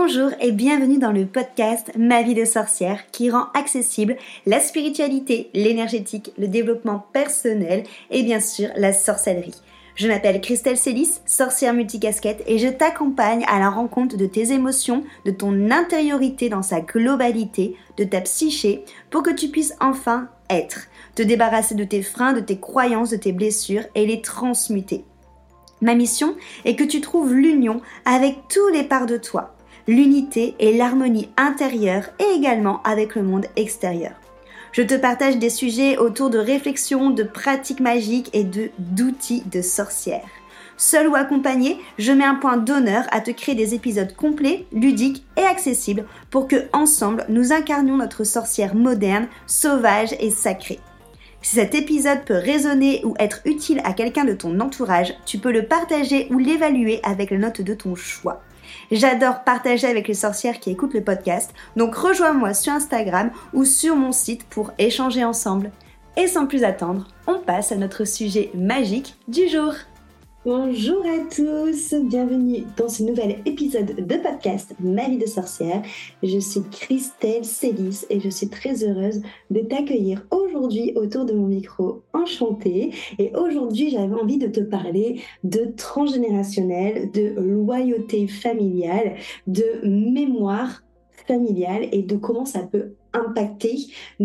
Bonjour et bienvenue dans le podcast Ma vie de sorcière qui rend accessible la spiritualité, l'énergétique, le développement personnel et bien sûr la sorcellerie. Je m'appelle Christelle Célis, sorcière multicasquette et je t'accompagne à la rencontre de tes émotions, de ton intériorité dans sa globalité, de ta psyché pour que tu puisses enfin être, te débarrasser de tes freins, de tes croyances, de tes blessures et les transmuter. Ma mission est que tu trouves l'union avec tous les parts de toi, l'unité et l'harmonie intérieure et également avec le monde extérieur. Je te partage des sujets autour de réflexions, de pratiques magiques et d'outils de sorcière. Seul ou accompagné, je mets un point d'honneur à te créer des épisodes complets, ludiques et accessibles pour que, ensemble, nous incarnions notre sorcière moderne, sauvage et sacrée. Si cet épisode peut résonner ou être utile à quelqu'un de ton entourage, tu peux le partager ou l'évaluer avec la note de ton choix. J'adore partager avec les sorcières qui écoutent le podcast, donc rejoins-moi sur Instagram ou sur mon site pour échanger ensemble. Et sans plus attendre, on passe à notre sujet magique du jour. Bonjour à tous, bienvenue dans ce nouvel épisode de podcast Ma vie de sorcière. Je suis Christelle Célis et je suis très heureuse de t'accueillir aujourd'hui autour de mon micro. Enchantée. Et aujourd'hui, j'avais envie de te parler de transgénérationnel, de loyauté familiale, de mémoire familiale et de comment ça peut impacter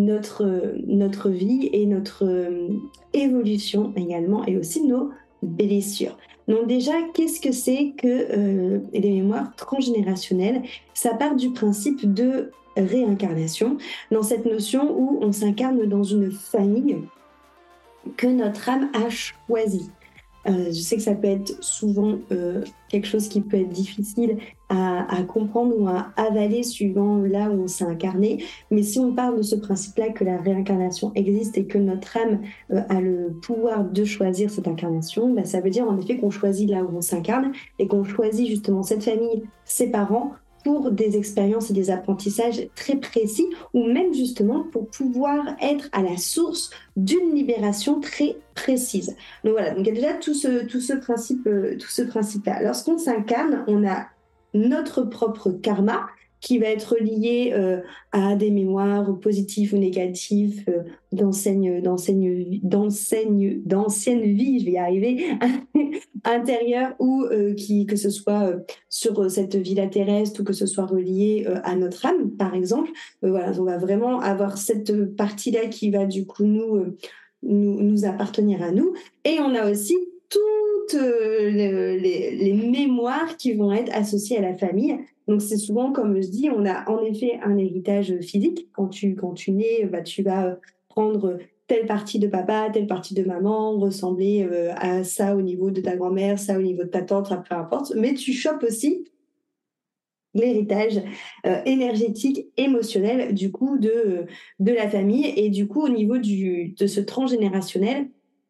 notre vie et notre évolution également et aussi nos blessures. Donc déjà, qu'est-ce que c'est que les mémoires transgénérationnelles? Ça part du principe de réincarnation, dans cette notion où on s'incarne dans une famille que notre âme a choisie. Je sais que ça peut être souvent quelque chose qui peut être difficile à comprendre ou à avaler suivant là où on s'est incarné. Mais si on parle de ce principe-là que la réincarnation existe et que notre âme a le pouvoir de choisir cette incarnation, bah, ça veut dire en effet qu'on choisit là où on s'incarne et qu'on choisit justement cette famille, ses parents, pour des expériences et des apprentissages très précis ou même justement pour pouvoir être à la source d'une libération très précise. Donc voilà, donc il y a déjà tout ce principe-là. Lorsqu'on s'incarne, on a notre propre karma qui va être lié à des mémoires positives ou négatives d'anciennes vies, je vais y arriver, intérieures ou que ce soit sur cette vie-là terrestre ou que ce soit relié à notre âme, par exemple. Voilà, on va vraiment avoir cette partie-là qui va du coup nous appartenir à nous. Et on a aussi toutes les mémoires qui vont être associées à la famille. Donc c'est souvent, comme je dis, on a en effet un héritage physique. Quand tu nais, bah, tu vas prendre telle partie de papa, telle partie de maman, ressembler à ça au niveau de ta grand-mère, ça au niveau de ta tante, peu importe. Mais tu chopes aussi l'héritage énergétique, émotionnel du coup de la famille. Et du coup, au niveau de ce transgénérationnel,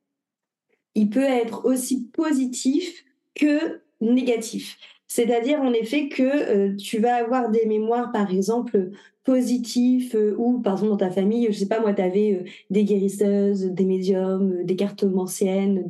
il peut être aussi positif que négatif. C'est-à-dire en effet que tu vas avoir des mémoires, par exemple, positifs ou par exemple dans ta famille, je sais pas moi, tu avais des guérisseuses, des médiums, des cartomanciennes,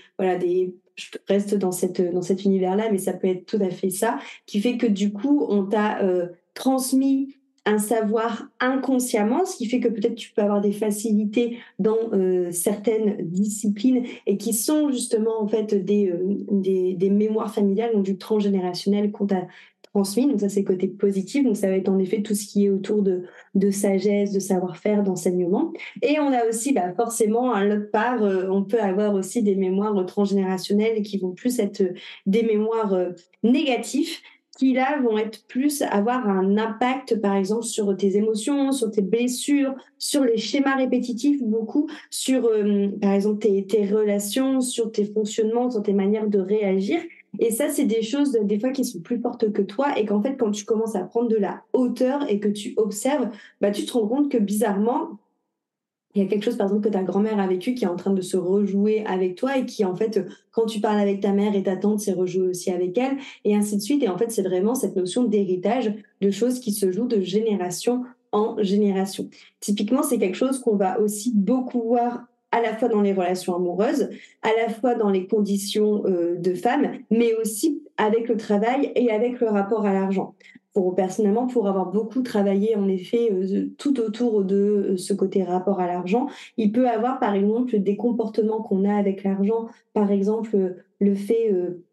je reste dans cet univers-là, mais ça peut être tout à fait ça, qui fait que du coup, on t'a transmis un savoir inconsciemment, ce qui fait que peut-être tu peux avoir des facilités dans certaines disciplines et qui sont justement en fait des mémoires familiales, donc du transgénérationnel qu'on t'a transmis. Donc ça, c'est le côté positif. Donc ça va être en effet tout ce qui est autour de sagesse, de savoir-faire, d'enseignement. Et on a aussi forcément, à l'autre part, on peut avoir aussi des mémoires transgénérationnelles qui vont plus être des mémoires négatives, qui là vont être avoir un impact par exemple sur tes émotions, sur tes blessures, sur les schémas répétitifs, beaucoup sur par exemple tes relations, sur tes fonctionnements, sur tes manières de réagir. Et ça, c'est des choses des fois qui sont plus fortes que toi et qu'en fait quand tu commences à prendre de la hauteur et que tu observes, tu te rends compte que bizarrement il y a quelque chose, par exemple, que ta grand-mère a vécu qui est en train de se rejouer avec toi et qui, en fait, quand tu parles avec ta mère et ta tante, c'est rejoué aussi avec elle, et ainsi de suite. Et en fait, c'est vraiment cette notion d'héritage, de choses qui se jouent de génération en génération. Typiquement, c'est quelque chose qu'on va aussi beaucoup voir à la fois dans les relations amoureuses, à la fois dans les conditions de femmes, mais aussi avec le travail et avec le rapport à l'argent. personnellement, pour avoir beaucoup travaillé en effet, tout autour de, ce côté rapport à l'argent, il peut avoir par exemple des comportements qu'on a avec l'argent. Par exemple, le fait,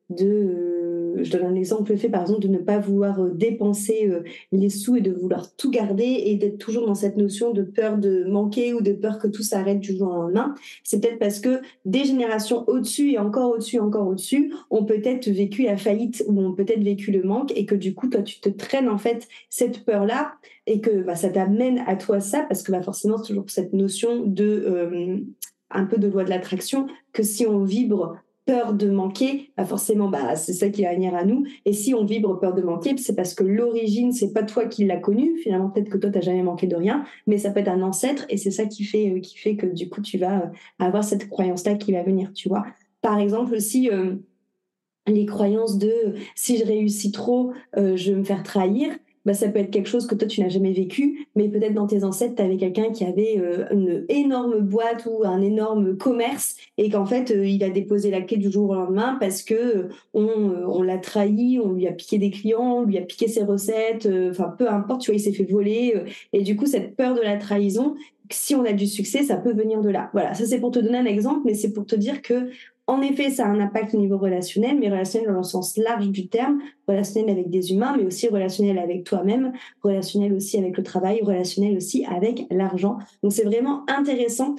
je donne un exemple, le fait par exemple de ne pas vouloir, dépenser, les sous et de vouloir tout garder et d'être toujours dans cette notion de peur de manquer ou de peur que tout s'arrête du jour au lendemain. C'est peut-être parce que des générations au-dessus et encore au-dessus, encore au-dessus, ont peut-être vécu la faillite ou ont peut-être vécu le manque et que du coup, toi, tu te traînes en fait cette peur-là et que bah, ça t'amène à toi ça parce que bah, forcément, c'est toujours cette notion de un peu de loi de l'attraction que si on vibre peur de manquer, bah forcément, bah, c'est ça qui va venir à nous. Et si on vibre peur de manquer, c'est parce que l'origine, c'est pas toi qui l'as connue. Finalement, peut-être que toi, t'as jamais manqué de rien, mais ça peut être un ancêtre et c'est ça qui fait que du coup, tu vas avoir cette croyance-là qui va venir, tu vois. Par exemple, aussi, les croyances de si je réussis trop, je vais me faire trahir, bah, ça peut être quelque chose que toi tu n'as jamais vécu, mais peut-être dans tes ancêtres, tu avais quelqu'un qui avait une énorme boîte ou un énorme commerce et qu'en fait il a déposé la clé du jour au lendemain parce que on l'a trahi, on lui a piqué des clients, on lui a piqué ses recettes, enfin peu importe, tu vois, il s'est fait voler et du coup cette peur de la trahison, si on a du succès, ça peut venir de là. Voilà, ça c'est pour te donner un exemple, mais c'est pour te dire que en effet, ça a un impact au niveau relationnel, mais relationnel dans le sens large du terme, relationnel avec des humains, mais aussi relationnel avec toi-même, relationnel aussi avec le travail, relationnel aussi avec l'argent. Donc c'est vraiment intéressant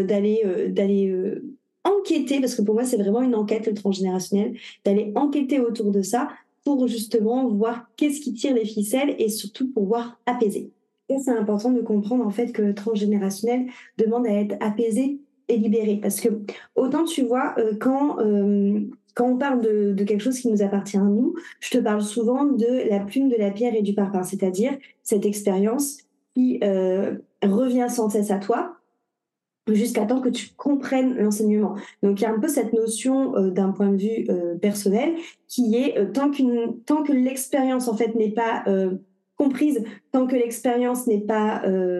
d'aller enquêter, parce que pour moi c'est vraiment une enquête le transgénérationnel, d'aller enquêter autour de ça pour justement voir qu'est-ce qui tire les ficelles et surtout pouvoir apaiser. Et c'est important de comprendre en fait que le transgénérationnel demande à être apaisé et libéré. Parce que autant tu vois, quand on parle de quelque chose qui nous appartient à nous, je te parle souvent de la plume, de la pierre et du parpaing, c'est-à-dire cette expérience qui revient sans cesse à toi jusqu'à temps que tu comprennes l'enseignement. Donc il y a un peu cette notion d'un point de vue personnel qui est tant que l'expérience en fait n'est pas comprise, tant que l'expérience n'est pas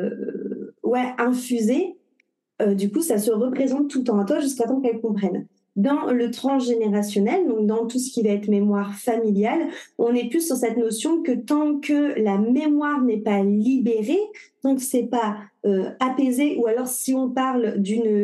infusée, du coup, ça se représente tout le temps à toi jusqu'à temps qu'elle comprenne. Dans le transgénérationnel, donc dans tout ce qui va être mémoire familiale, on est plus sur cette notion que tant que la mémoire n'est pas libérée, tant que c'est pas apaisé, ou alors si on parle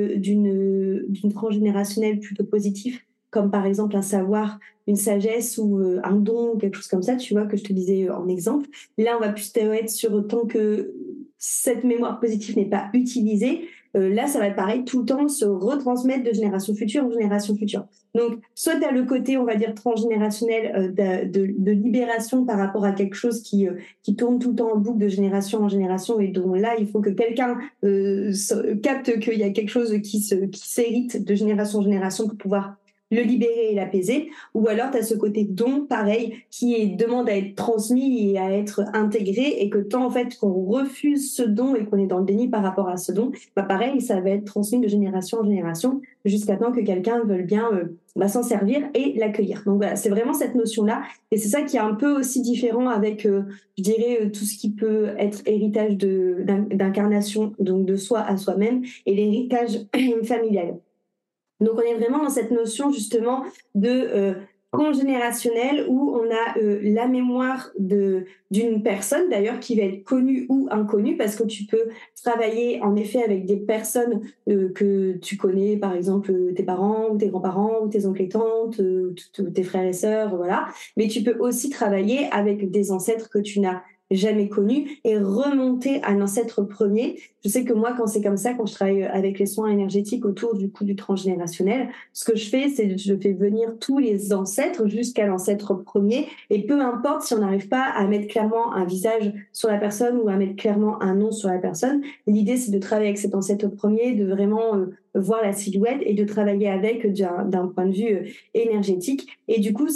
d'une transgénérationnelle plutôt positive, comme par exemple un savoir, une sagesse ou un don, quelque chose comme ça, tu vois, que je te disais en exemple. Là, on va plus être sur tant que cette mémoire positive n'est pas utilisée, là, ça va être pareil, tout le temps se retransmettre de génération future en génération future. Donc, soit tu as le côté, on va dire, transgénérationnel de libération par rapport à quelque chose qui tourne tout le temps en boucle de génération en génération et dont là, il faut que quelqu'un capte qu'il y a quelque chose qui s'hérite de génération en génération pour pouvoir le libérer et l'apaiser, ou alors tu as ce côté don, pareil, demande à être transmis et à être intégré, et que tant en fait qu'on refuse ce don et qu'on est dans le déni par rapport à ce don, bah pareil, ça va être transmis de génération en génération jusqu'à temps que quelqu'un veuille bien s'en servir et l'accueillir. Donc voilà, c'est vraiment cette notion-là, et c'est ça qui est un peu aussi différent avec, je dirais, tout ce qui peut être héritage d'incarnation, donc de soi à soi-même, et l'héritage familial. Donc on est vraiment dans cette notion justement de transgénérationnel où on a la mémoire d'une personne d'ailleurs qui va être connue ou inconnue, parce que tu peux travailler en effet avec des personnes que tu connais, par exemple tes parents ou tes grands-parents ou tes oncles et tantes, tes frères et sœurs, voilà. Mais tu peux aussi travailler avec des ancêtres que tu n'as jamais connus et remonter à l'ancêtre premier. Je sais que moi, quand c'est comme ça, quand je travaille avec les soins énergétiques autour du coup du transgénérationnel, ce que je fais, c'est je fais venir tous les ancêtres jusqu'à l'ancêtre premier, et peu importe si on n'arrive pas à mettre clairement un visage sur la personne ou à mettre clairement un nom sur la personne, l'idée c'est de travailler avec cet ancêtre premier, de vraiment voir la silhouette et de travailler avec d'un point de vue énergétique. Et du coup,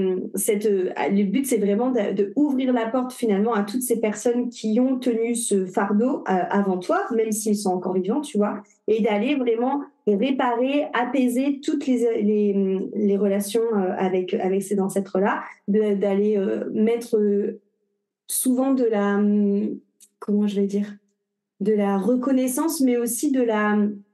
le but, c'est vraiment de ouvrir la porte finalement à toutes ces personnes qui ont tenu ce fardeau avant toi, même s'ils sont encore vivants, tu vois, et d'aller vraiment réparer, apaiser toutes les relations avec ces ancêtres-là, d'aller mettre souvent comment je vais dire, de la reconnaissance, mais aussi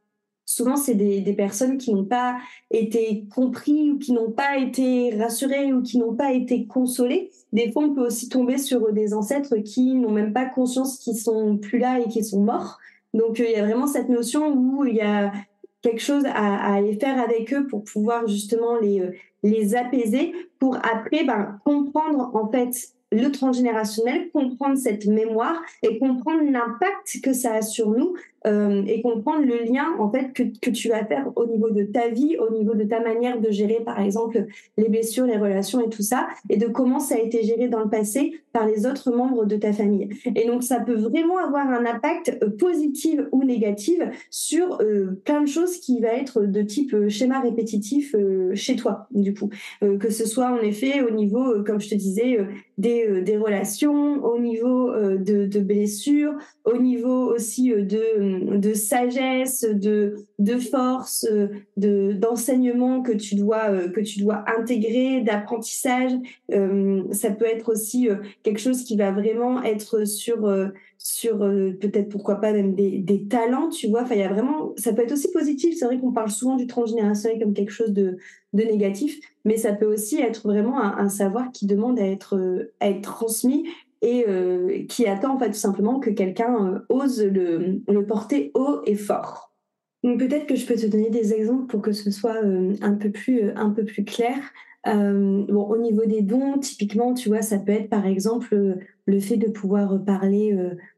souvent, c'est des personnes qui n'ont pas été compris ou qui n'ont pas été rassurées ou qui n'ont pas été consolées. Des fois, on peut aussi tomber sur des ancêtres qui n'ont même pas conscience qu'ils sont plus là et qu'ils sont morts. Donc, il y a vraiment cette notion où il y a quelque chose à aller faire avec eux pour pouvoir justement les apaiser, pour après comprendre en fait le transgénérationnel, comprendre cette mémoire et comprendre l'impact que ça a sur nous, et comprendre le lien en fait que tu vas faire au niveau de ta vie, au niveau de ta manière de gérer par exemple les blessures, les relations et tout ça, et de comment ça a été géré dans le passé par les autres membres de ta famille. Et donc ça peut vraiment avoir un impact positif ou négatif sur plein de choses qui va être de type schéma répétitif chez toi, du coup. Que ce soit en effet au niveau, comme je te disais, des relations, au niveau de blessures, au niveau aussi de sagesse, de force, d'enseignement que tu dois intégrer, d'apprentissage. Ça peut être aussi quelque chose qui va vraiment être sur peut-être pourquoi pas même des talents, tu vois. Enfin, il y a vraiment, ça peut être aussi positif. C'est vrai qu'on parle souvent du transgénérationnel comme quelque chose de négatif, mais ça peut aussi être vraiment un savoir qui demande à être transmis et qui attend en fait tout simplement que quelqu'un ose le porter haut et fort. Donc peut-être que je peux te donner des exemples pour que ce soit un peu plus clair. Bon, au niveau des dons, typiquement, tu vois, ça peut être par exemple le fait de pouvoir parler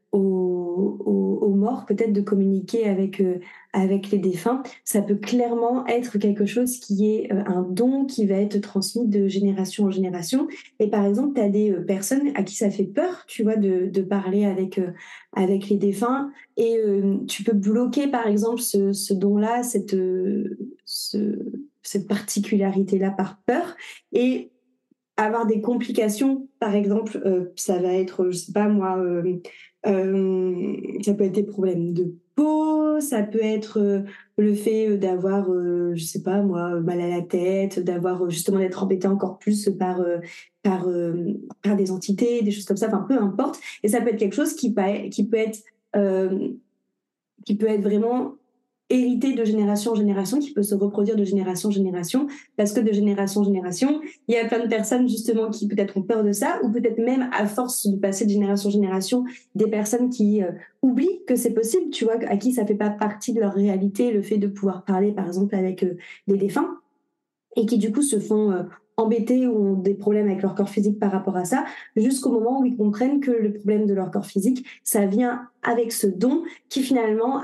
aux morts, peut-être de communiquer avec les défunts. Ça peut clairement être quelque chose qui est un don qui va être transmis de génération en génération. Et par exemple, tu as des personnes à qui ça fait peur, tu vois, de parler avec les défunts. Et tu peux bloquer, par exemple, ce don-là, cette particularité-là par peur. Et avoir des complications, par exemple, ça va être, je sais pas moi, ça peut être des problèmes de peau, ça peut être le fait d'avoir, je sais pas moi, mal à la tête, d'avoir justement d'être embêté encore plus par des entités, des choses comme ça, enfin peu importe. Et ça peut être quelque chose euh, qui peut être vraiment hérité de génération en génération, qui peut se reproduire de génération en génération, parce que de génération en génération, il y a plein de personnes justement qui peut-être ont peur de ça, ou peut-être même à force de passer de génération en génération, des personnes qui oublient que c'est possible, tu vois, à qui ça fait pas partie de leur réalité, le fait de pouvoir parler par exemple avec des défunts, et qui du coup se font embêter ou ont des problèmes avec leur corps physique par rapport à ça, jusqu'au moment où ils comprennent que le problème de leur corps physique, ça vient avec ce don qui finalement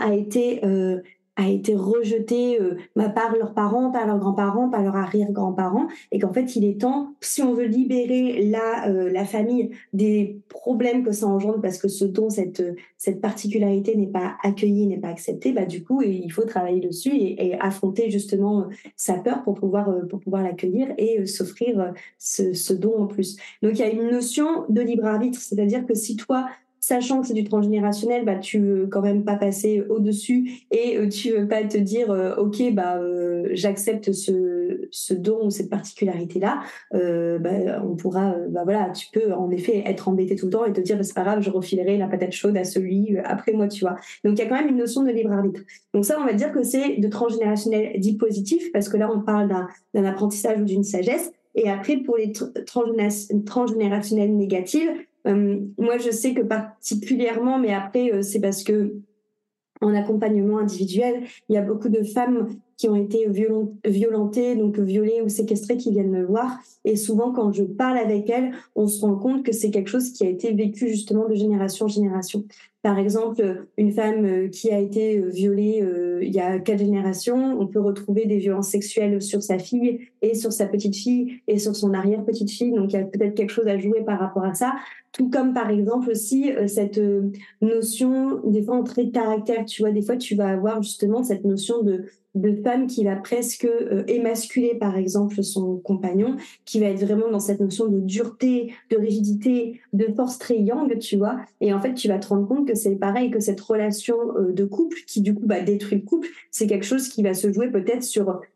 a été rejeté par leurs parents, par leurs grands-parents, par leurs arrière-grands-parents, et qu'en fait il est temps, si on veut libérer la famille des problèmes que ça engendre, parce que ce don, cette particularité n'est pas accueillie, n'est pas acceptée, bah du coup il faut travailler dessus et affronter justement sa peur pour pouvoir l'accueillir et s'offrir ce don en plus. Donc il y a une notion de libre arbitre, c'est-à-dire que si toi, sachant que c'est du transgénérationnel, bah tu veux quand même pas passer au-dessus et tu veux pas te dire ok j'accepte ce don ou cette particularité là, on pourra voilà, tu peux en effet être embêté tout le temps et te dire c'est pas grave, je refilerai la patate chaude à celui après moi, tu vois. Donc il y a quand même une notion de libre arbitre. Donc ça, on va dire que c'est de transgénérationnel dit positif, parce que là, on parle d'un apprentissage ou d'une sagesse. Et après, pour les transgénérationnels négatives, moi, je sais que particulièrement, mais après, c'est parce que en accompagnement individuel, il y a beaucoup de femmes qui ont été violentées, donc violées ou séquestrées, qui viennent me voir. Et souvent, quand je parle avec elles, on se rend compte que c'est quelque chose qui a été vécu justement de génération en génération. Par exemple, une femme qui a été violée il y a 4 générations, on peut retrouver des violences sexuelles sur sa fille et sur sa petite fille et sur son arrière-petite fille. Donc, il y a peut-être quelque chose à jouer par rapport à ça. Tout comme, par exemple, aussi cette notion, des fois, en trait de caractère. Tu vois, des fois, tu vas avoir justement cette notion de femme qui va presque émasculer, par exemple, son compagnon, qui va être vraiment dans cette notion de dureté, de rigidité, de force très yang, tu vois. Et en fait, tu vas te rendre compte que c'est pareil, que cette relation de couple qui, du coup, détruit le couple, c'est quelque chose qui va se jouer peut-être sur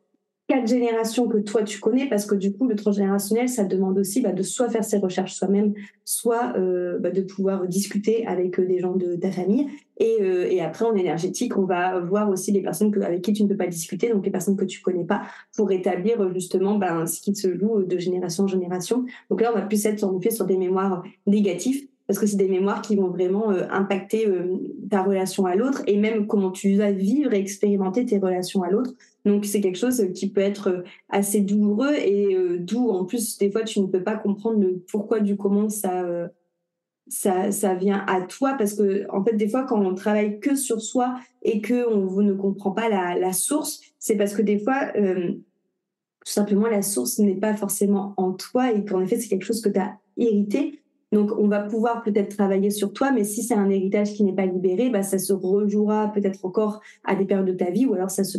4 générations que toi tu connais, parce que du coup le transgénérationnel ça demande aussi de soit faire ses recherches soi-même, soit de pouvoir discuter avec des gens de ta famille. Et après en énergétique on va voir aussi les personnes avec qui tu ne peux pas discuter, donc les personnes que tu connais pas, pour établir justement ce qui se joue de génération en génération. Donc là on va plus être en effet sur des mémoires négatives, parce que c'est des mémoires qui vont vraiment impacter ta relation à l'autre, et même comment tu vas vivre et expérimenter tes relations à l'autre. Donc c'est quelque chose qui peut être assez douloureux, et d'où en plus des fois tu ne peux pas comprendre le pourquoi du comment ça vient à toi, parce que en fait des fois quand on travaille que sur soi et que on ne comprend pas la source, c'est parce que des fois tout simplement la source n'est pas forcément en toi, et qu'en effet c'est quelque chose que tu as hérité. Donc on va pouvoir peut-être travailler sur toi, mais si c'est un héritage qui n'est pas libéré, ça se rejouera peut-être encore à des périodes de ta vie, ou alors ça se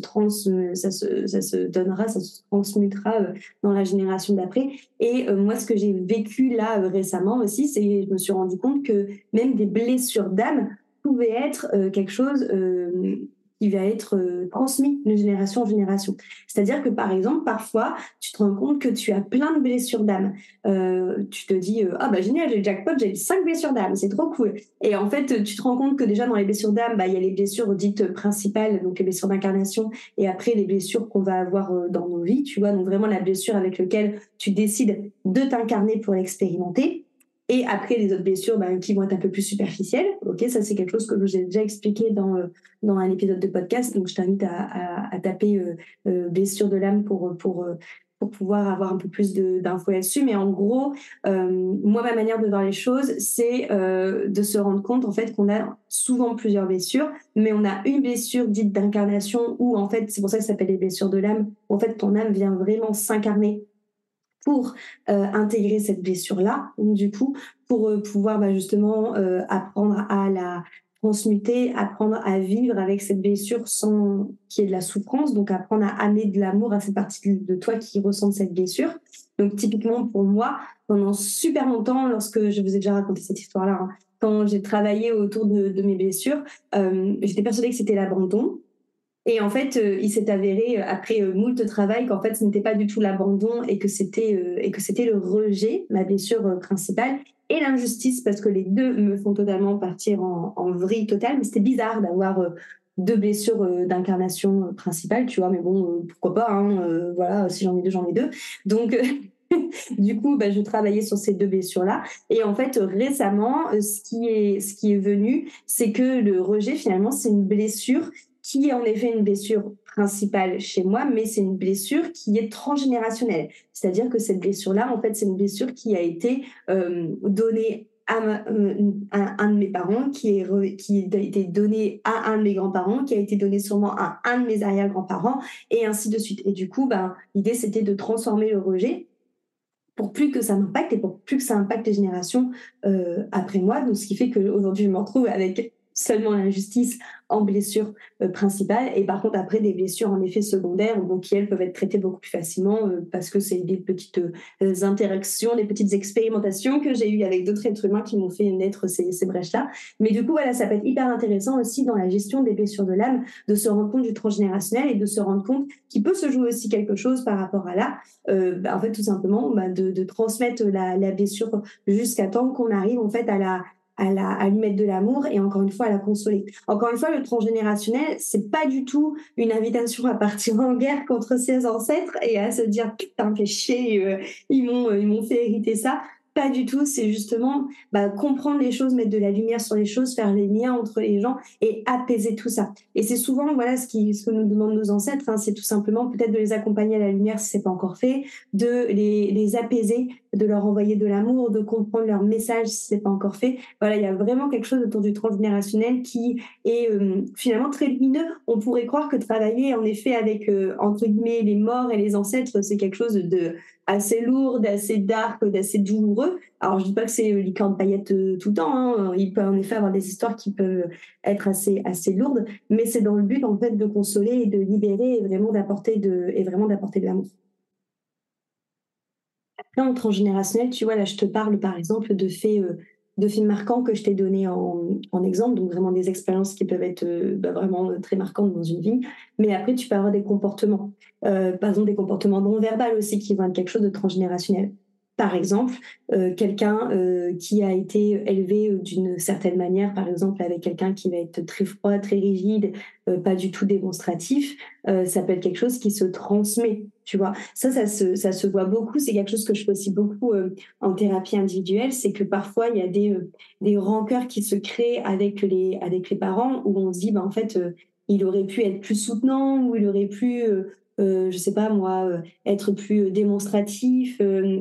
donnera, ça se transmutera dans la génération d'après. Et moi ce que j'ai vécu là récemment aussi, c'est je me suis rendu compte que même des blessures d'âme pouvaient être quelque chose qui va être transmis de génération en génération. C'est-à-dire que, par exemple, parfois, tu te rends compte que tu as plein de blessures d'âme. Tu te dis, génial, j'ai le jackpot, j'ai 5 blessures d'âme, c'est trop cool. Et en fait, tu te rends compte que déjà, dans les blessures d'âme, il y a les blessures dites principales, donc les blessures d'incarnation, et après, les blessures qu'on va avoir dans nos vies, tu vois, donc vraiment la blessure avec laquelle tu décides de t'incarner pour l'expérimenter. Et après, les autres blessures qui vont être un peu plus superficielles. Ok, ça, c'est quelque chose que j'ai déjà expliqué dans un épisode de podcast. Donc, je t'invite à taper blessure de l'âme pour pouvoir avoir un peu plus d'infos là-dessus. Mais en gros, moi, ma manière de voir les choses, c'est de se rendre compte en fait qu'on a souvent plusieurs blessures, mais on a une blessure dite d'incarnation, où en fait, c'est pour ça que ça s'appelle les blessures de l'âme. En fait, ton âme vient vraiment s'incarner pour intégrer cette blessure-là, donc du coup, pour pouvoir justement apprendre à la transmuter, apprendre à vivre avec cette blessure sans qu'il y ait de la souffrance, donc apprendre à amener de l'amour à cette partie de toi qui ressent cette blessure. Donc typiquement pour moi, pendant super longtemps, lorsque je vous ai déjà raconté cette histoire-là, hein, quand j'ai travaillé autour de mes blessures, j'étais persuadée que c'était l'abandon. Et en fait, il s'est avéré après moult travail qu'en fait, ce n'était pas du tout l'abandon, et que c'était le rejet, ma blessure principale, et l'injustice, parce que les deux me font totalement partir en vrille totale. Mais c'était bizarre d'avoir deux blessures d'incarnation principale, tu vois. Mais bon, pourquoi pas, hein, voilà, si j'en ai deux. Donc du coup, je travaillais sur ces deux blessures-là. Et en fait, récemment, ce qui est venu, c'est que le rejet, finalement, c'est une blessure qui est en effet une blessure principale chez moi, mais c'est une blessure qui est transgénérationnelle. C'est-à-dire que cette blessure-là, en fait, c'est une blessure qui a été donnée à un de mes parents, qui a été donné à un de mes grands-parents, qui a été donné sûrement à un de mes arrière-grands-parents, et ainsi de suite. Et du coup, l'idée, c'était de transformer le rejet pour plus que ça m'impacte, et pour plus que ça impacte les générations après moi. Donc, ce qui fait qu'aujourd'hui, je me retrouve avec seulement l'injustice en blessure principale, et par contre après des blessures en effet secondaires, donc qui elles peuvent être traitées beaucoup plus facilement parce que c'est des petites interactions, des petites expérimentations que j'ai eues avec d'autres êtres humains qui m'ont fait naître ces brèches-là. Mais du coup voilà, ça peut être hyper intéressant aussi dans la gestion des blessures de l'âme, de se rendre compte du transgénérationnel, et de se rendre compte qu'il peut se jouer aussi quelque chose par rapport à là, en fait tout simplement de transmettre la blessure jusqu'à temps qu'on arrive en fait à lui mettre de l'amour, et encore une fois à la consoler. Encore une fois, le transgénérationnel, c'est pas du tout une invitation à partir en guerre contre ses ancêtres et à se dire putain, fais chier, ils m'ont fait hériter ça. Pas du tout, c'est justement comprendre les choses, mettre de la lumière sur les choses, faire les liens entre les gens et apaiser tout ça. Et c'est souvent voilà ce que nous demandent nos ancêtres, hein, c'est tout simplement peut-être de les accompagner à la lumière si c'est pas encore fait, de les apaiser, de leur envoyer de l'amour, de comprendre leur message si c'est pas encore fait. Voilà, il y a vraiment quelque chose autour du transgénérationnel qui est finalement très lumineux. On pourrait croire que travailler en effet avec entre guillemets les morts et les ancêtres, c'est quelque chose de assez lourd, d'assez dark, d'assez douloureux. Alors je dis pas que c'est licorne paillettes tout le temps, hein. Il peut en effet avoir des histoires qui peuvent être assez lourdes, mais c'est dans le but en fait de consoler et de libérer, et vraiment d'apporter de l'amour. Là, en transgénérationnel, tu vois, là, je te parle par exemple de faits de films marquants que je t'ai donnés en exemple, donc vraiment des expériences qui peuvent être vraiment très marquantes dans une vie. Mais après, tu peux avoir des comportements, par exemple des comportements non verbaux aussi qui vont être quelque chose de transgénérationnel. Par exemple, quelqu'un qui a été élevé d'une certaine manière, par exemple avec quelqu'un qui va être très froid, très rigide, pas du tout démonstratif, ça peut être quelque chose qui se transmet, tu vois. Ça se voit beaucoup, c'est quelque chose que je fais aussi beaucoup en thérapie individuelle, c'est que parfois il y a des rancœurs qui se créent avec les parents où on se dit, bah, en fait, il aurait pu être plus soutenant, ou il aurait pu, je sais pas moi, être plus démonstratif,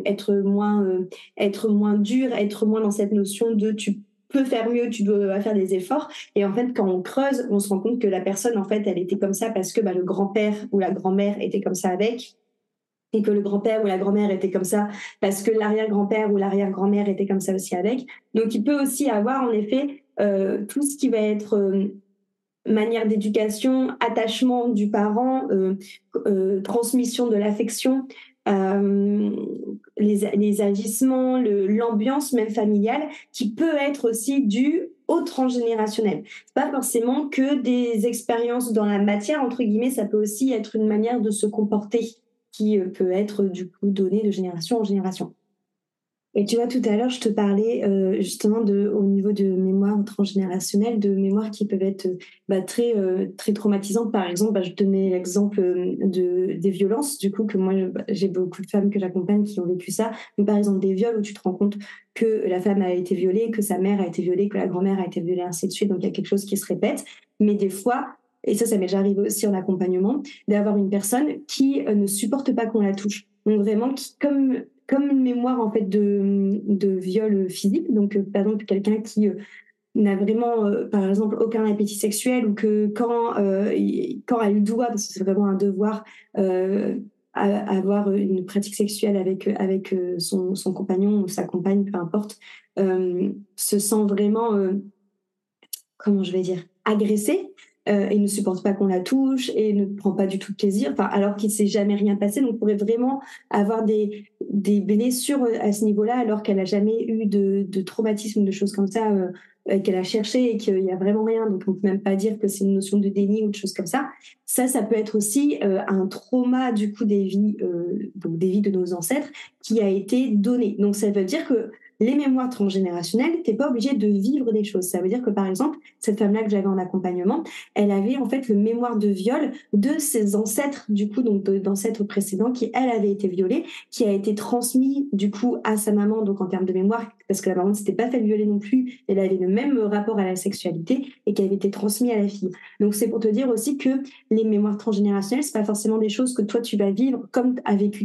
être moins dur, être moins dans cette notion de tu peux faire mieux, tu dois faire des efforts. Et en fait, quand on creuse, on se rend compte que la personne, en fait, elle était comme ça parce que le grand-père ou la grand-mère était comme ça avec, et que le grand-père ou la grand-mère était comme ça parce que l'arrière-grand-père ou l'arrière-grand-mère était comme ça aussi avec. Donc, il peut aussi avoir, en effet, tout ce qui va être manière d'éducation, attachement du parent, transmission de l'affection, euh, les agissements, l'ambiance même familiale, qui peut être aussi due au transgénérationnel. C'est pas forcément que des expériences dans la matière, entre guillemets, ça peut aussi être une manière de se comporter qui peut être du coup donnée de génération en génération. Et tu vois, tout à l'heure, je te parlais justement au niveau de mémoire transgénérationnelle, de mémoires qui peuvent être très traumatisantes. Par exemple, je te donnais l'exemple des violences, du coup, que moi, j'ai beaucoup de femmes que j'accompagne qui ont vécu ça. Donc, par exemple, des viols où tu te rends compte que la femme a été violée, que sa mère a été violée, que la grand-mère a été violée, ainsi de suite. Donc, il y a quelque chose qui se répète. Mais des fois, et ça m'est déjà arrivé aussi en accompagnement, d'avoir une personne qui ne supporte pas qu'on la touche. Donc, vraiment, comme une mémoire en fait de viol physique, donc par exemple quelqu'un qui n'a vraiment par exemple aucun appétit sexuel, ou que quand elle doit, parce que c'est vraiment un devoir, avoir une pratique sexuelle avec son compagnon ou sa compagne, peu importe, se sent vraiment comment je vais dire, agressée, et ne supporte pas qu'on la touche et ne prend pas du tout de plaisir, alors qu'il ne s'est jamais rien passé. Donc, on pourrait vraiment avoir des blessures à ce niveau-là, alors qu'elle n'a jamais eu de traumatisme, de choses comme ça, qu'elle a cherché et qu'il n'y a vraiment rien. Donc, on ne peut même pas dire que c'est une notion de déni ou de choses comme ça. Ça peut être aussi un trauma, du coup, donc des vies de nos ancêtres qui a été donné. Donc, ça veut dire que les mémoires transgénérationnelles, t'es pas obligé de vivre des choses. Ça veut dire que, par exemple, cette femme-là que j'avais en accompagnement, elle avait en fait le mémoire de viol de ses ancêtres, du coup, donc d'ancêtres précédents qui, elle, avait été violée, qui a été transmis, du coup, à sa maman, donc en termes de mémoire, parce que la maman ne s'était pas fait violer non plus, elle avait le même rapport à la sexualité et qui avait été transmis à la fille. Donc, c'est pour te dire aussi que les mémoires transgénérationnelles, c'est pas forcément des choses que toi, tu vas vivre comme a vécu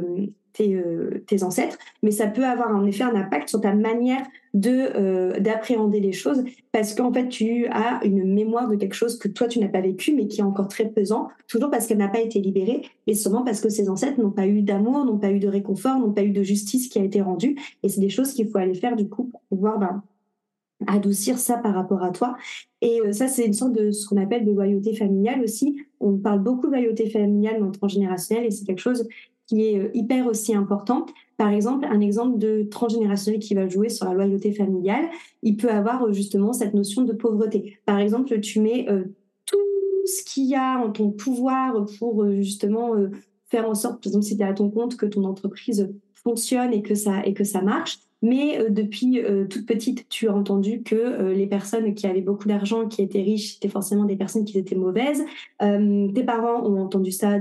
tes ancêtres, mais ça peut avoir en effet un impact sur ta manière d'appréhender les choses, parce qu'en fait tu as une mémoire de quelque chose que toi tu n'as pas vécu mais qui est encore très pesant, toujours parce qu'elle n'a pas été libérée, et sûrement parce que ces ancêtres n'ont pas eu d'amour, n'ont pas eu de réconfort, n'ont pas eu de justice qui a été rendue, et c'est des choses qu'il faut aller faire du coup pour pouvoir adoucir ça par rapport à toi. Et ça, c'est une sorte de ce qu'on appelle de loyauté familiale aussi. On parle beaucoup de loyauté familiale dans le transgénérationnel, et c'est quelque chose qui est hyper aussi important. Par exemple, un exemple de transgénérationnel qui va jouer sur la loyauté familiale, il peut avoir justement cette notion de pauvreté. Par exemple, tu mets tout ce qu'il y a en ton pouvoir pour justement faire en sorte, par exemple, si tu es à ton compte, que ton entreprise fonctionne et que ça marche. Mais depuis toute petite, tu as entendu que les personnes qui avaient beaucoup d'argent, qui étaient riches, c'était forcément des personnes qui étaient mauvaises. Tes parents ont entendu ça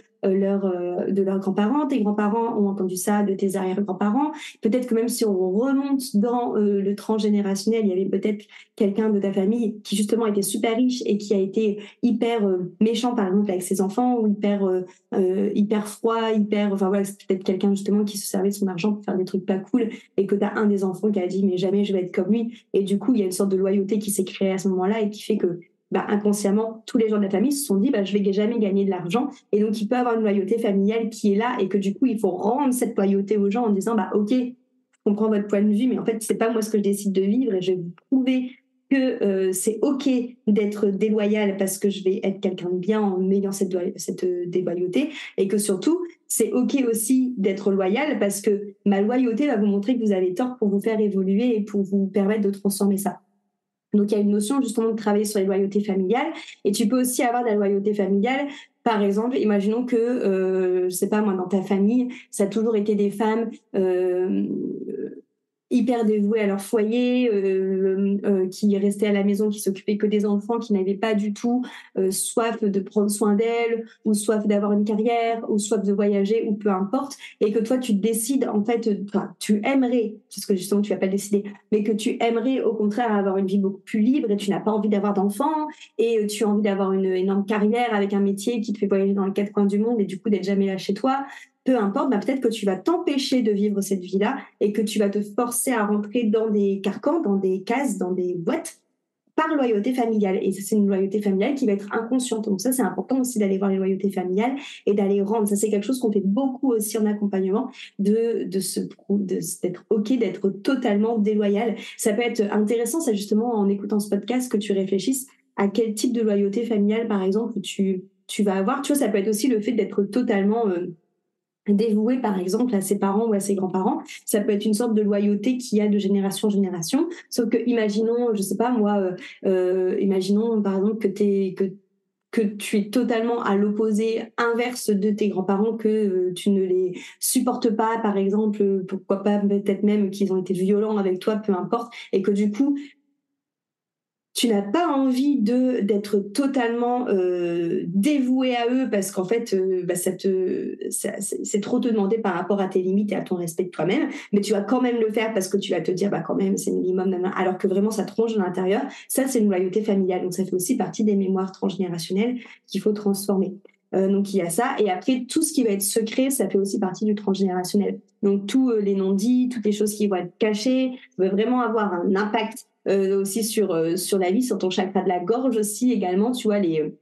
de leurs grands-parents, tes grands-parents ont entendu ça de tes arrière-grands-parents. Peut-être que même si on remonte dans le transgénérationnel, il y avait peut-être quelqu'un de ta famille qui justement était super riche et qui a été hyper méchant, par exemple, avec ses enfants, ou hyper froid, enfin voilà, c'est peut-être quelqu'un justement qui se servait de son argent pour faire des trucs pas cool, et que tu as un des enfants qui a dit mais jamais je vais être comme lui, et du coup il y a une sorte de loyauté qui s'est créée à ce moment-là, et qui fait que inconsciemment tous les gens de la famille se sont dit je vais jamais gagner de l'argent, et donc il peut avoir une loyauté familiale qui est là, et que du coup il faut rendre cette loyauté aux gens en disant ok, je comprends votre point de vue, mais en fait c'est pas moi ce que je décide de vivre, et je vais vous prouver que c'est OK d'être déloyal parce que je vais être quelqu'un de bien en ayant cette déloyauté, et que surtout, c'est OK aussi d'être loyal parce que ma loyauté va vous montrer que vous avez tort pour vous faire évoluer et pour vous permettre de transformer ça. Donc, il y a une notion justement de travailler sur les loyautés familiales, et tu peux aussi avoir de la loyauté familiale. Par exemple, imaginons que, je sais pas moi, dans ta famille, ça a toujours été des femmes hyper dévouées à leur foyer, qui restaient à la maison, qui s'occupaient que des enfants, qui n'avaient pas du tout soif de prendre soin d'elles, ou soif d'avoir une carrière, ou soif de voyager, ou peu importe, et que toi tu décides en fait, tu aimerais, parce que justement tu vas pas le décider, mais que tu aimerais au contraire avoir une vie beaucoup plus libre, et tu n'as pas envie d'avoir d'enfants, et tu as envie d'avoir une énorme carrière avec un métier qui te fait voyager dans les quatre coins du monde, et du coup d'être jamais là chez toi. Peu importe, peut-être que tu vas t'empêcher de vivre cette vie-là et que tu vas te forcer à rentrer dans des carcans, dans des cases, dans des boîtes par loyauté familiale. Et ça, c'est une loyauté familiale qui va être inconsciente. Donc ça, c'est important aussi d'aller voir les loyautés familiales et d'aller rendre. Ça, c'est quelque chose qu'on fait beaucoup aussi en accompagnement, d'être OK, d'être totalement déloyal. Ça peut être intéressant, ça justement, en écoutant ce podcast, que tu réfléchisses à quel type de loyauté familiale, par exemple, tu vas avoir. Tu vois, ça peut être aussi le fait d'être totalement dévoué par exemple à ses parents ou à ses grands-parents. Ça peut être une sorte de loyauté qu'il y a de génération en génération, sauf que imaginons, je sais pas moi, imaginons par exemple que tu es totalement à l'opposé inverse de tes grands-parents, que tu ne les supportes pas, par exemple, pourquoi pas peut-être même qu'ils ont été violents avec toi, peu importe, et que du coup tu n'as pas envie d'être totalement dévoué à eux parce qu'en fait, c'est trop te demander par rapport à tes limites et à ton respect de toi-même, mais tu vas quand même le faire parce que tu vas te dire, quand même, c'est minimum, alors que vraiment, ça te ronge de l'intérieur. Ça, c'est une loyauté familiale. Donc, ça fait aussi partie des mémoires transgénérationnelles qu'il faut transformer. Donc, il y a ça. Et après, tout ce qui va être secret, ça fait aussi partie du transgénérationnel. Donc, tous les non-dits, toutes les choses qui vont être cachées, vont vraiment avoir un impact aussi sur la vie, sur ton chakra de la gorge aussi également, tu vois, les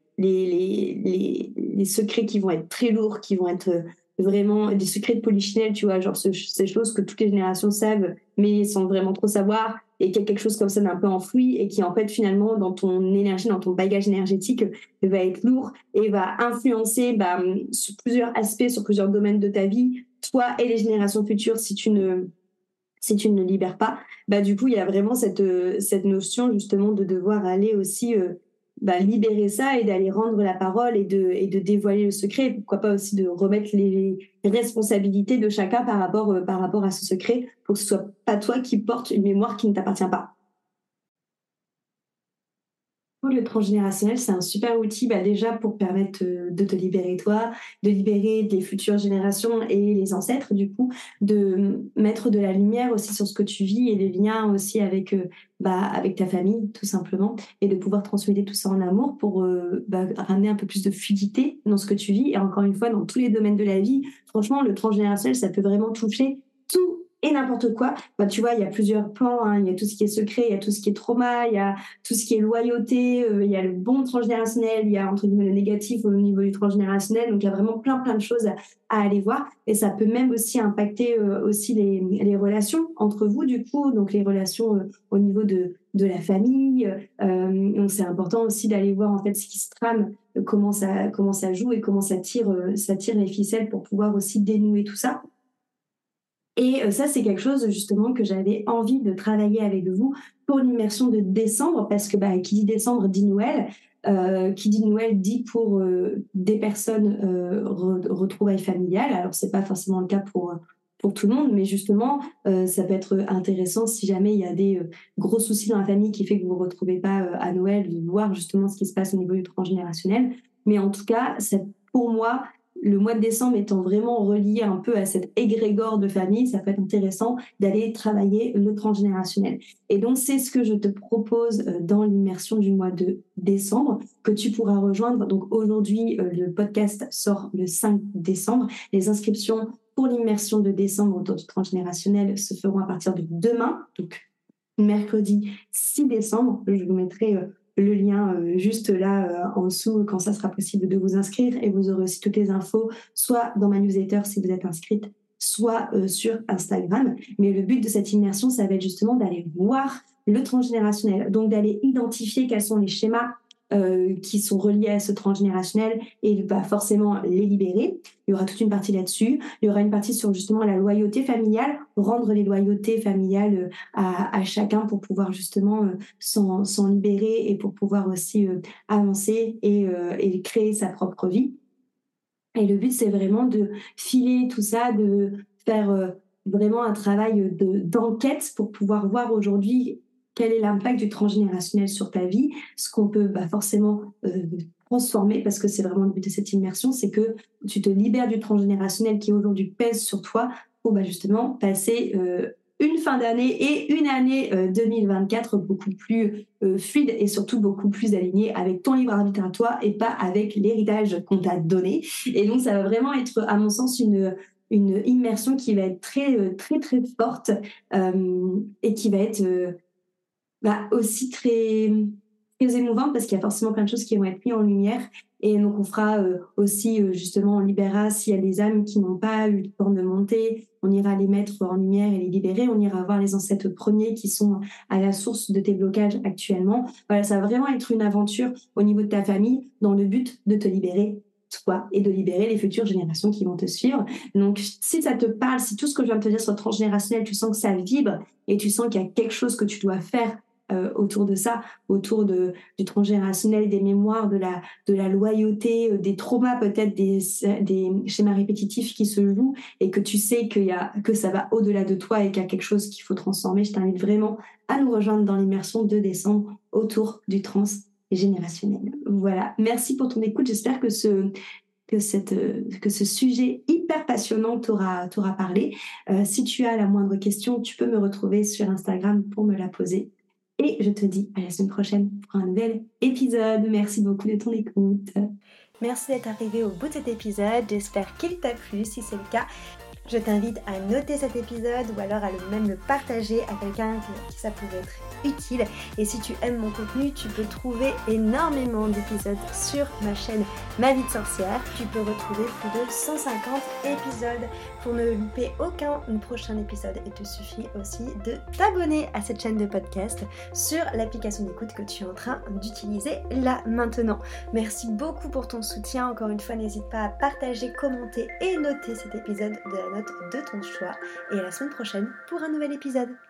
secrets qui vont être très lourds, qui vont être vraiment des secrets de polichinelle, tu vois, genre ces choses que toutes les générations savent, mais sans vraiment trop savoir, et qu'il y a quelque chose comme ça d'un peu enfoui, et qui en fait finalement dans ton énergie, dans ton bagage énergétique, va être lourd et va influencer sur plusieurs aspects, sur plusieurs domaines de ta vie, toi et les générations futures, si tu ne le libères pas. Du coup, il y a vraiment cette notion justement de devoir aller aussi libérer ça et d'aller rendre la parole et de dévoiler le secret. Et pourquoi pas aussi de remettre les responsabilités de chacun par rapport à ce secret, pour que ce soit pas toi qui porte une mémoire qui ne t'appartient pas. Le transgénérationnel, c'est un super outil déjà pour permettre de te libérer toi, de libérer des futures générations et les ancêtres, du coup, de mettre de la lumière aussi sur ce que tu vis et des liens aussi avec ta famille, tout simplement, et de pouvoir transmettre tout ça en amour pour ramener un peu plus de fluidité dans ce que tu vis. Et encore une fois, dans tous les domaines de la vie, franchement, le transgénérationnel, ça peut vraiment toucher tout et n'importe quoi. Tu vois, il y a plusieurs plans, hein. Il y a tout ce qui est secret, il y a tout ce qui est trauma, il y a tout ce qui est loyauté, il y a le bon transgénérationnel, il y a entre guillemets le négatif au niveau du transgénérationnel. Donc il y a vraiment plein de choses à aller voir, et ça peut même aussi impacter aussi les relations entre vous, du coup, donc les relations au niveau de la famille. Donc c'est important aussi d'aller voir en fait ce qui se trame, comment ça joue et comment ça tire les ficelles pour pouvoir aussi dénouer tout ça. Et ça, c'est quelque chose justement que j'avais envie de travailler avec vous pour l'immersion de décembre, parce que qui dit décembre dit Noël. Qui dit Noël dit pour des personnes retrouvailles familiales. Alors, c'est pas forcément le cas pour tout le monde, mais justement, ça peut être intéressant si jamais il y a des gros soucis dans la famille qui fait que vous vous retrouvez pas à Noël, de voir justement ce qui se passe au niveau du transgénérationnel. Mais en tout cas, pour moi, le mois de décembre étant vraiment relié un peu à cet égrégore de famille, ça peut être intéressant d'aller travailler le transgénérationnel. Et donc, c'est ce que je te propose dans l'immersion du mois de décembre, que tu pourras rejoindre. Donc, aujourd'hui, le podcast sort le 5 décembre. Les inscriptions pour l'immersion de décembre autour du transgénérationnel se feront à partir de demain, donc mercredi 6 décembre. Je vous mettrai le lien juste là en dessous quand ça sera possible de vous inscrire, et vous aurez aussi toutes les infos soit dans ma newsletter si vous êtes inscrite, soit sur Instagram. Mais le but de cette immersion, ça va être justement d'aller voir le transgénérationnel. Donc d'aller identifier quels sont les schémas qui sont reliés à ce transgénérationnel et forcément les libérer. Il y aura toute une partie là-dessus. Il y aura une partie sur justement la loyauté familiale, rendre les loyautés familiales à chacun pour pouvoir justement s'en libérer et pour pouvoir aussi avancer et créer sa propre vie. Et le but, c'est vraiment de filer tout ça, de faire vraiment un travail d'enquête pour pouvoir voir aujourd'hui quel est l'impact du transgénérationnel sur ta vie, ce qu'on peut forcément transformer, parce que c'est vraiment le but de cette immersion, c'est que tu te libères du transgénérationnel qui aujourd'hui pèse sur toi pour justement passer une fin d'année et une année 2024 beaucoup plus fluide et surtout beaucoup plus alignée avec ton libre arbitre à toi et pas avec l'héritage qu'on t'a donné. Et donc, ça va vraiment être, à mon sens, une immersion qui va être très, très, très forte et qui va être aussi très, très émouvante parce qu'il y a forcément plein de choses qui vont être mises en lumière. Et donc, on fera aussi, justement, on libérera s'il y a des âmes qui n'ont pas eu le temps de monter, on ira les mettre en lumière et les libérer. On ira voir les ancêtres premiers qui sont à la source de tes blocages actuellement. Voilà, ça va vraiment être une aventure au niveau de ta famille dans le but de te libérer toi et de libérer les futures générations qui vont te suivre. Donc, si ça te parle, si tout ce que je viens de te dire sur le transgénérationnel, tu sens que ça vibre et tu sens qu'il y a quelque chose que tu dois faire autour de ça, autour du transgénérationnel, des mémoires, de la loyauté, des traumas peut-être, des schémas répétitifs qui se jouent et que tu sais que ça va au-delà de toi et qu'il y a quelque chose qu'il faut transformer, je t'invite vraiment à nous rejoindre dans l'immersion de décembre autour du transgénérationnel. Voilà, merci pour ton écoute, j'espère que ce sujet hyper passionnant t'aura parlé. Si tu as la moindre question, tu peux me retrouver sur Instagram pour me la poser. Et je te dis à la semaine prochaine pour un nouvel épisode. Merci beaucoup de ton écoute. Merci d'être arrivé au bout de cet épisode. J'espère qu'il t'a plu. Si c'est le cas, je t'invite à noter cet épisode ou alors à même le partager à quelqu'un qui ça pourrait être utile. Et si tu aimes mon contenu, tu peux trouver énormément d'épisodes sur ma chaîne Ma Vie de Sorcière. Tu peux retrouver plus de 150 épisodes pour ne louper aucun prochain épisode. Il te suffit aussi de t'abonner à cette chaîne de podcast sur l'application d'écoute que tu es en train d'utiliser là maintenant. Merci beaucoup pour ton soutien. Encore une fois, n'hésite pas à partager, commenter et noter cet épisode de la note de ton choix. Et à la semaine prochaine pour un nouvel épisode.